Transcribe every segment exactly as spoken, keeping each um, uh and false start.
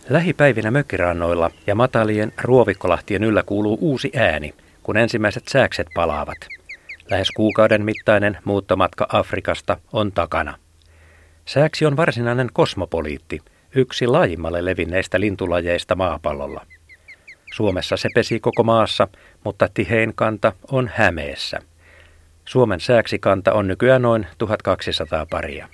Lähipäivinä mökkirannoilla ja matalien ruovikkolahtien yllä kuuluu uusi ääni, kun ensimmäiset sääkset palaavat. Lähes kuukauden mittainen muuttomatka Afrikasta on takana. Sääksi on varsinainen kosmopoliitti, yksi laajimmalle levinneistä lintulajeista maapallolla. Suomessa se pesii koko maassa, mutta tihein kanta on Hämeessä. Suomen sääksikanta on nykyään noin tuhatkaksisataa paria.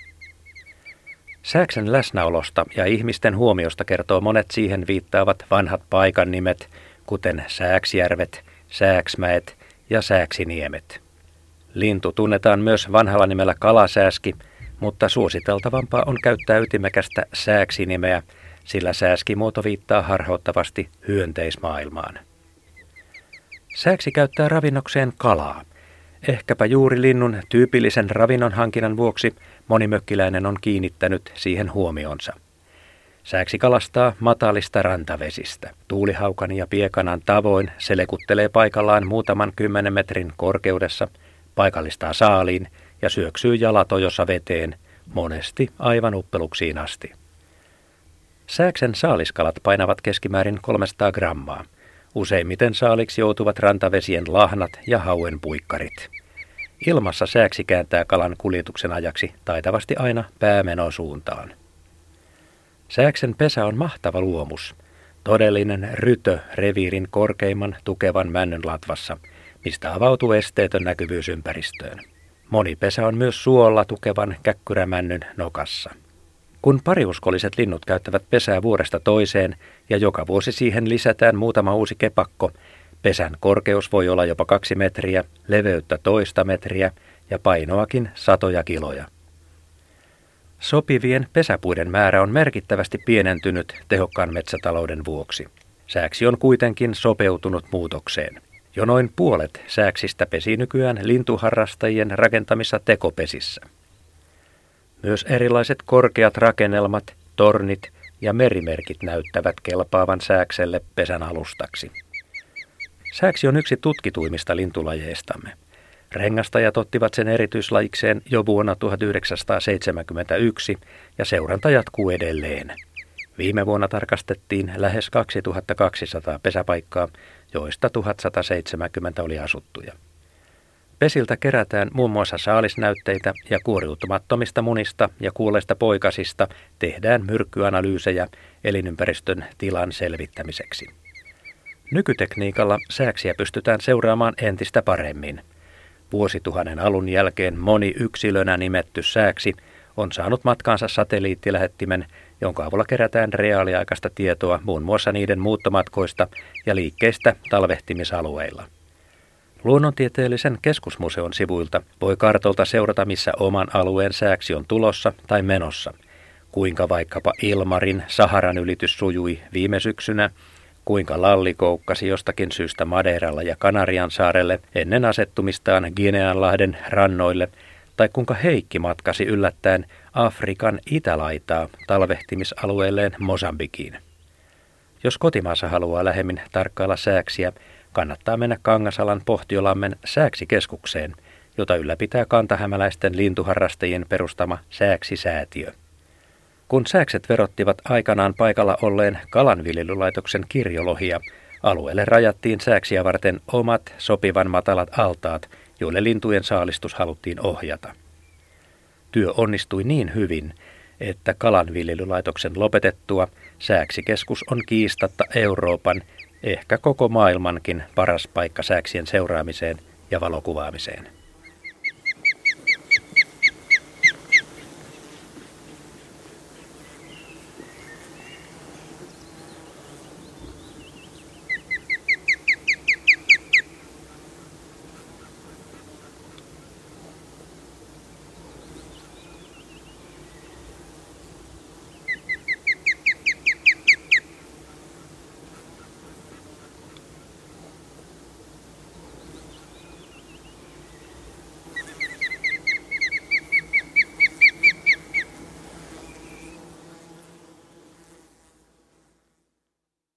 Sääksen läsnäolosta ja ihmisten huomiosta kertoo monet siihen viittaavat vanhat paikan nimet, kuten Sääksjärvet, Sääksmäet ja Sääksiniemet. Lintu tunnetaan myös vanhalla nimellä kalasääski, mutta suositeltavampaa on käyttää ytimekästä sääksinimeä, sillä sääskimuoto viittaa harhauttavasti hyönteismaailmaan. Sääksi käyttää ravinnokseen kalaa. Ehkäpä juuri linnun tyypillisen ravinnon hankinnan vuoksi moni mökkiläinen on kiinnittänyt siihen huomionsa. Sääksi kalastaa matalista rantavesistä. Tuulihaukan ja piekanan tavoin se lekuttelee paikallaan muutaman kymmenen metrin korkeudessa, paikallistaa saaliin ja syöksyy jalatojossa veteen, monesti aivan uppeluksiin asti. Sääksen saaliskalat painavat keskimäärin kolmesataa grammaa. Useimmiten saaliksi joutuvat rantavesien lahnat ja hauen puikkarit. Ilmassa sääksi kääntää kalan kuljetuksen ajaksi taitavasti aina päämenosuuntaan. Sääksen pesä on mahtava luomus. Todellinen rytö reviirin korkeimman tukevan männyn latvassa, mistä avautuu esteetön näkyvyys ympäristöön. Moni pesä on myös suolla tukevan käkkyrämännyn nokassa. Kun pariuskolliset linnut käyttävät pesää vuodesta toiseen ja joka vuosi siihen lisätään muutama uusi kepakko, pesän korkeus voi olla jopa kaksi metriä, leveyttä toista metriä ja painoakin satoja kiloja. Sopivien pesäpuiden määrä on merkittävästi pienentynyt tehokkaan metsätalouden vuoksi. Sääksi on kuitenkin sopeutunut muutokseen. Jo noin puolet sääksistä pesii nykyään lintuharrastajien rakentamissa tekopesissä. Myös erilaiset korkeat rakennelmat, tornit ja merimerkit näyttävät kelpaavan sääkselle pesän alustaksi. Sääksi on yksi tutkituimmista lintulajeistamme. Rengastajat ottivat sen erityislajikseen jo vuonna tuhatyhdeksänsataaseitsemänkymmentäyksi ja seuranta jatkuu edelleen. Viime vuonna tarkastettiin lähes kaksituhattakaksisataa pesäpaikkaa, joista tuhatsataseitsemänkymmentä oli asuttuja. Pesiltä kerätään muun muassa saalisnäytteitä ja kuoriutumattomista munista ja kuolleista poikasista tehdään myrkkyanalyysejä elinympäristön tilan selvittämiseksi. Nykytekniikalla sääksiä pystytään seuraamaan entistä paremmin. Vuosituhannen alun jälkeen moni yksilönä nimetty sääksi on saanut matkaansa satelliittilähettimen, jonka avulla kerätään reaaliaikaista tietoa muun muassa niiden muuttomatkoista ja liikkeistä talvehtimisalueilla. Luonnontieteellisen keskusmuseon sivuilta voi kartalta seurata, missä oman alueen sääksi on tulossa tai menossa, kuinka vaikkapa Ilmarin Saharan ylitys sujui viime syksynä, kuinka lalli koukkasi jostakin syystä Madeiralla ja Kanarian saarelle ennen asettumistaan Gineanlahden rannoille, tai kuinka Heikki matkasi yllättäen Afrikan itälaitaa talvehtimisalueelleen Mosambikiin. Jos kotimaassa haluaa lähemmin tarkkailla sääksiä, kannattaa mennä Kangasalan Pohtiolammen sääksikeskukseen, jota ylläpitää kantahämäläisten lintuharrastajien perustama Sääksisäätiö. Kun sääkset verottivat aikanaan paikalla olleen kalanviljelylaitoksen kirjolohia, alueelle rajattiin sääksiä varten omat sopivan matalat altaat, joille lintujen saalistus haluttiin ohjata. Työ onnistui niin hyvin, että kalanviljelylaitoksen lopetettua Sääksikeskus on kiistatta Euroopan, ehkä koko maailmankin paras paikka sääksien seuraamiseen ja valokuvaamiseen.